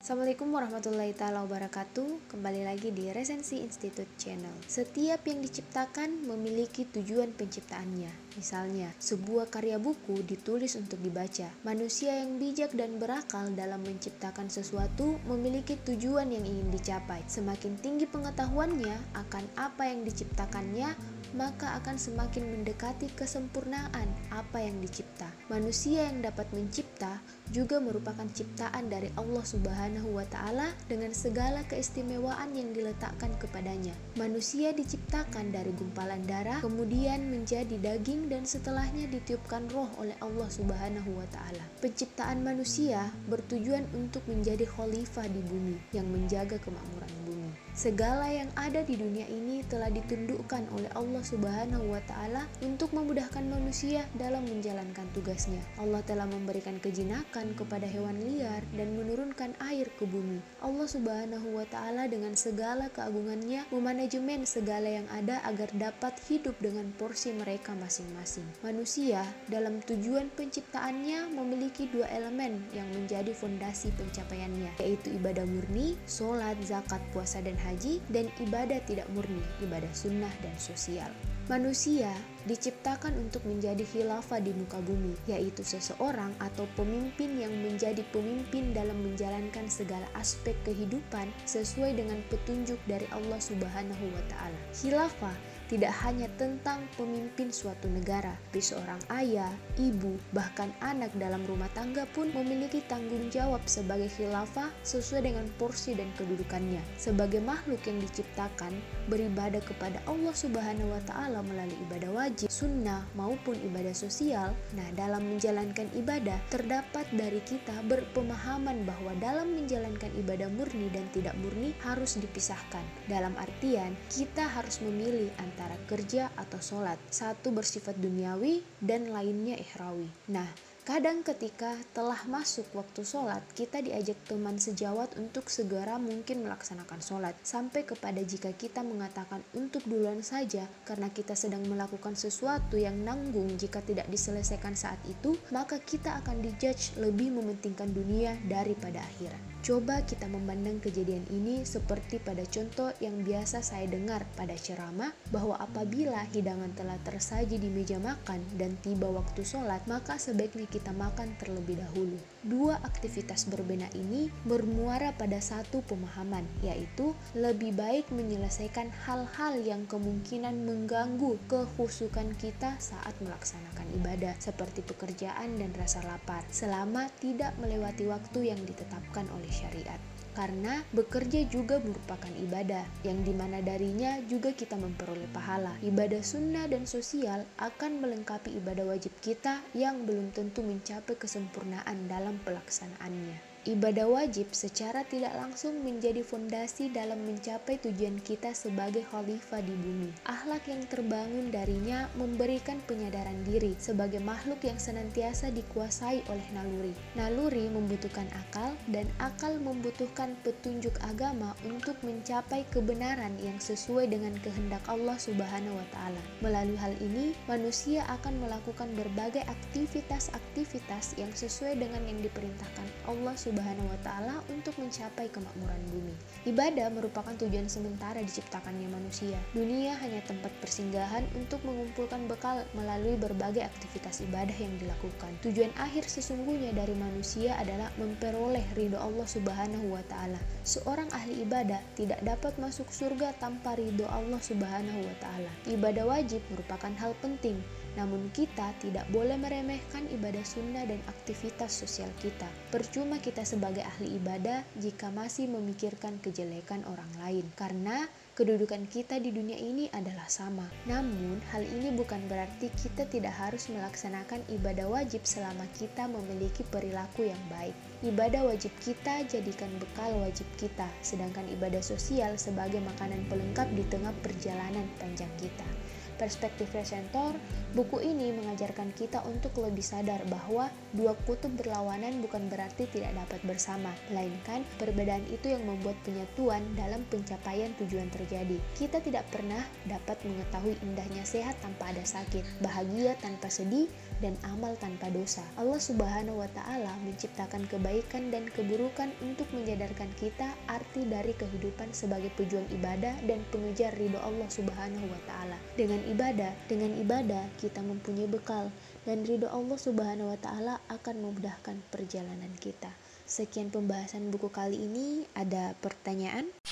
Assalamualaikum warahmatullahi taala wabarakatuh. Kembali lagi di Resensi Institute Channel. Setiap yang diciptakan memiliki tujuan penciptaannya. Misalnya, sebuah karya buku ditulis untuk dibaca. Manusia yang bijak dan berakal dalam menciptakan sesuatu memiliki tujuan yang ingin dicapai. Semakin tinggi pengetahuannya akan apa yang diciptakannya, maka akan semakin mendekati kesempurnaan apa yang dicipta. Manusia yang dapat mencipta juga merupakan ciptaan dari Allah Subhanahu wa Ta'ala dengan segala keistimewaan yang diletakkan kepadanya. Manusia diciptakan dari gumpalan darah, kemudian menjadi daging, dan setelahnya ditiupkan roh oleh Allah Subhanahu wa Ta'ala. Penciptaan manusia bertujuan untuk menjadi khalifah di bumi yang menjaga kemakmuran bumi. Segala yang ada di dunia ini telah ditundukkan oleh Allah Subhanahu wa Ta'ala untuk memudahkan manusia dalam menjalankan tugasnya. Allah telah memberikan kejinakan kepada hewan liar dan menurunkan air ke bumi. Allah Subhanahu wa Ta'ala dengan segala keagungannya memanajemen segala yang ada agar dapat hidup dengan porsi mereka masing-masing. Manusia dalam tujuan penciptaannya memiliki dua elemen yang menjadi fondasi pencapaiannya, yaitu ibadah murni, sholat, zakat, puasa, dan haji, dan ibadah tidak murni, ibadah sunnah dan sosial. Manusia diciptakan untuk menjadi khilafah di muka bumi, yaitu seseorang atau pemimpin yang menjadi pemimpin dalam menjalankan segala aspek kehidupan sesuai dengan petunjuk dari Allah Subhanahu wa Ta'ala. Khilafah tidak hanya tentang pemimpin suatu negara, tapi seorang ayah, ibu, bahkan anak dalam rumah tangga pun memiliki tanggung jawab sebagai khilafah sesuai dengan porsi dan kedudukannya. Sebagai makhluk yang diciptakan beribadah kepada Allah Subhanahu wa Ta'ala melalui ibadah wajib, sunnah maupun ibadah sosial. Nah, dalam menjalankan ibadah terdapat dari kita berpemahaman bahwa dalam menjalankan ibadah murni dan tidak murni harus dipisahkan. Dalam artian kita harus memilih antara kerja atau sholat, satu bersifat duniawi dan lainnya ikhrawi. Nah, kadang ketika telah masuk waktu sholat, kita diajak teman sejawat untuk segera mungkin melaksanakan sholat. Sampai kepada jika kita mengatakan untuk duluan saja karena kita sedang melakukan sesuatu yang nanggung jika tidak diselesaikan saat itu, maka kita akan dijudge lebih mementingkan dunia daripada akhirat. Coba kita memandang kejadian ini seperti pada contoh yang biasa saya dengar pada ceramah, bahwa apabila hidangan telah tersaji di meja makan dan tiba waktu sholat, maka sebaiknya kita makan terlebih dahulu. Dua aktivitas berbeda ini bermuara pada satu pemahaman, yaitu lebih baik menyelesaikan hal-hal yang kemungkinan mengganggu kekhusyukan kita saat melaksanakan ibadah, seperti pekerjaan dan rasa lapar, selama tidak melewati waktu yang ditetapkan oleh syariat. Karena bekerja juga merupakan ibadah, yang dimana darinya juga kita memperoleh pahala. Ibadah sunnah dan sosial akan melengkapi ibadah wajib kita yang belum tentu mencapai kesempurnaan dalam pelaksanaannya. Ibadah wajib secara tidak langsung menjadi fondasi dalam mencapai tujuan kita sebagai khalifah di bumi. Akhlak yang terbangun darinya memberikan penyadaran diri sebagai makhluk yang senantiasa dikuasai oleh naluri. Naluri membutuhkan akal, dan akal membutuhkan petunjuk agama untuk mencapai kebenaran yang sesuai dengan kehendak Allah Subhanahu wa Ta'ala. Melalui hal ini, manusia akan melakukan berbagai aktivitas yang sesuai dengan yang diperintahkan Allah Subhanahu wa Ta'ala untuk mencapai kemakmuran bumi. Ibadah merupakan tujuan sementara diciptakannya manusia. Dunia hanya tempat persinggahan untuk mengumpulkan bekal melalui berbagai aktivitas ibadah yang dilakukan. Tujuan akhir sesungguhnya dari manusia adalah memperoleh ridho Allah Subhanahu wa Ta'ala. Seorang ahli ibadah tidak dapat masuk surga tanpa ridho Allah Subhanahu wa Ta'ala. Ibadah wajib merupakan hal penting, namun kita tidak boleh meremehkan ibadah sunnah dan aktivitas sosial kita. Percuma kita sebagai ahli ibadah jika masih memikirkan kejelekan orang lain, karena kedudukan kita di dunia ini adalah sama. Namun, hal ini bukan berarti kita tidak harus melaksanakan ibadah wajib selama kita memiliki perilaku yang baik. Ibadah wajib kita jadikan bekal wajib kita, sedangkan ibadah sosial sebagai makanan pelengkap di tengah perjalanan panjang kita. Perspektif Resentor, buku ini mengajarkan kita untuk lebih sadar bahwa dua kutub berlawanan bukan berarti tidak dapat bersama, melainkan perbedaan itu yang membuat penyatuan dalam pencapaian tujuan terjadi. Kita tidak pernah dapat mengetahui indahnya sehat tanpa ada sakit, bahagia tanpa sedih, dan amal tanpa dosa. Allah Subhanahu wa Ta'ala menciptakan kebaikan dan keburukan untuk menyadarkan kita arti dari kehidupan sebagai pejuang ibadah dan pengejar ridho Allah Subhanahu wa Ta'ala. Dengan ibadah kita mempunyai bekal, dan ridho Allah Subhanahu wa Ta'ala akan memudahkan perjalanan kita. Sekian pembahasan buku kali ini. Ada pertanyaan?